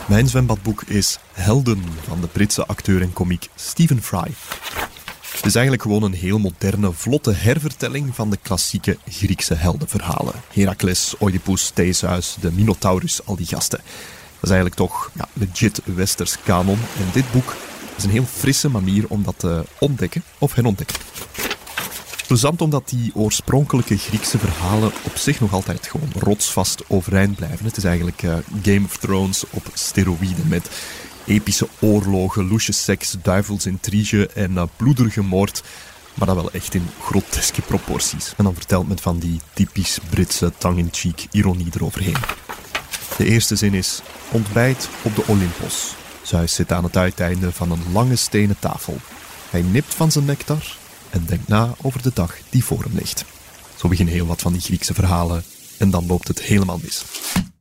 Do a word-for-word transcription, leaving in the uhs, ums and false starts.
Mijn zwembadboek is Helden van de Britse acteur en komiek Stephen Fry. Het is eigenlijk gewoon een heel moderne, vlotte hervertelling van de klassieke Griekse heldenverhalen. Heracles, Oedipus, Theseus, de Minotaurus, al die gasten. Dat is eigenlijk toch ja, legit westers kanon. En dit boek is een heel frisse manier om dat te ontdekken of herontdekken. Plezant omdat die oorspronkelijke Griekse verhalen op zich nog altijd gewoon rotsvast overeind blijven. Het is eigenlijk uh, Game of Thrones op steroïden met epische oorlogen, loesje seks, duivelsintrige en uh, bloederige moord. Maar dat wel echt in groteske proporties. En dan vertelt men van die typisch Britse tongue-in-cheek ironie eroverheen. De eerste zin is: ontbijt op de Olympos. Zeus zit aan het uiteinde van een lange stenen tafel. Hij nipt van zijn nectar en denkt na over de dag die voor hem ligt. Zo beginnen heel wat van die Griekse verhalen en dan loopt het helemaal mis.